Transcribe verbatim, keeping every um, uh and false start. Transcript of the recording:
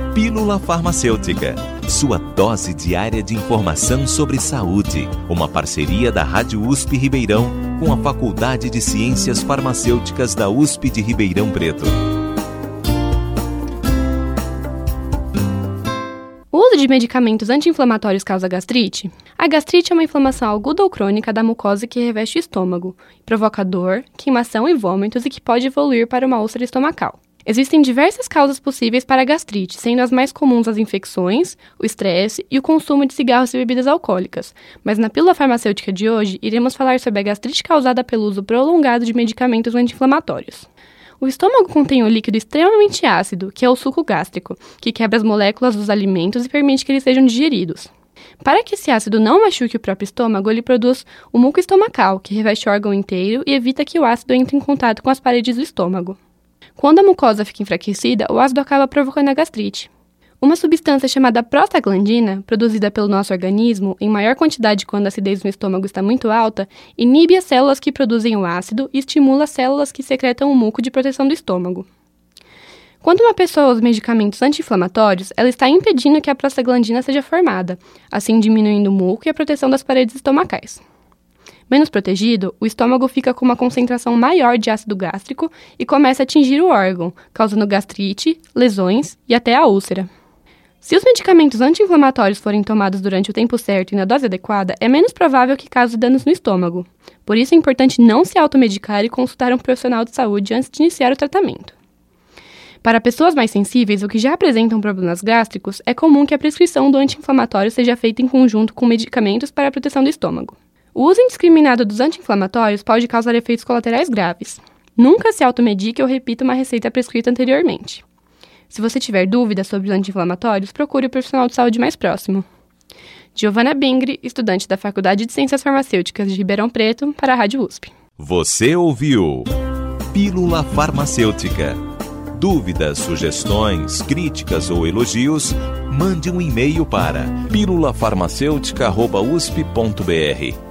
Pílula Farmacêutica, sua dose diária de informação sobre saúde. Uma parceria da Rádio U S P Ribeirão com a Faculdade de Ciências Farmacêuticas da U S P de Ribeirão Preto. O uso de medicamentos anti-inflamatórios causa gastrite? A gastrite é uma inflamação aguda ou crônica da mucosa que reveste o estômago, provoca dor, queimação e vômitos e que pode evoluir para uma úlcera estomacal. Existem diversas causas possíveis para a gastrite, sendo as mais comuns as infecções, o estresse e o consumo de cigarros e bebidas alcoólicas. Mas na pílula farmacêutica de hoje, iremos falar sobre a gastrite causada pelo uso prolongado de medicamentos anti-inflamatórios. O estômago contém um líquido extremamente ácido, que é o suco gástrico, que quebra as moléculas dos alimentos e permite que eles sejam digeridos. Para que esse ácido não machuque o próprio estômago, ele produz o muco estomacal, que reveste o órgão inteiro e evita que o ácido entre em contato com as paredes do estômago. Quando a mucosa fica enfraquecida, o ácido acaba provocando a gastrite. Uma substância chamada prostaglandina, produzida pelo nosso organismo em maior quantidade quando a acidez no estômago está muito alta, inibe as células que produzem o ácido e estimula as células que secretam o muco de proteção do estômago. Quando uma pessoa usa medicamentos anti-inflamatórios, ela está impedindo que a prostaglandina seja formada, assim diminuindo o muco e a proteção das paredes estomacais. Menos protegido, o estômago fica com uma concentração maior de ácido gástrico e começa a atingir o órgão, causando gastrite, lesões e até a úlcera. Se os medicamentos anti-inflamatórios forem tomados durante o tempo certo e na dose adequada, é menos provável que cause danos no estômago. Por isso é importante não se automedicar e consultar um profissional de saúde antes de iniciar o tratamento. Para pessoas mais sensíveis ou que já apresentam problemas gástricos, é comum que a prescrição do anti-inflamatório seja feita em conjunto com medicamentos para a proteção do estômago. O uso indiscriminado dos anti-inflamatórios pode causar efeitos colaterais graves. Nunca se automedique ou repita uma receita prescrita anteriormente. Se você tiver dúvidas sobre os anti-inflamatórios, procure o profissional de saúde mais próximo. Giovana Bingri, estudante da Faculdade de Ciências Farmacêuticas de Ribeirão Preto, para a Rádio U S P. Você ouviu Pílula Farmacêutica. Dúvidas, sugestões, críticas ou elogios, mande um e-mail para pílula farmacêutica arroba usp ponto br.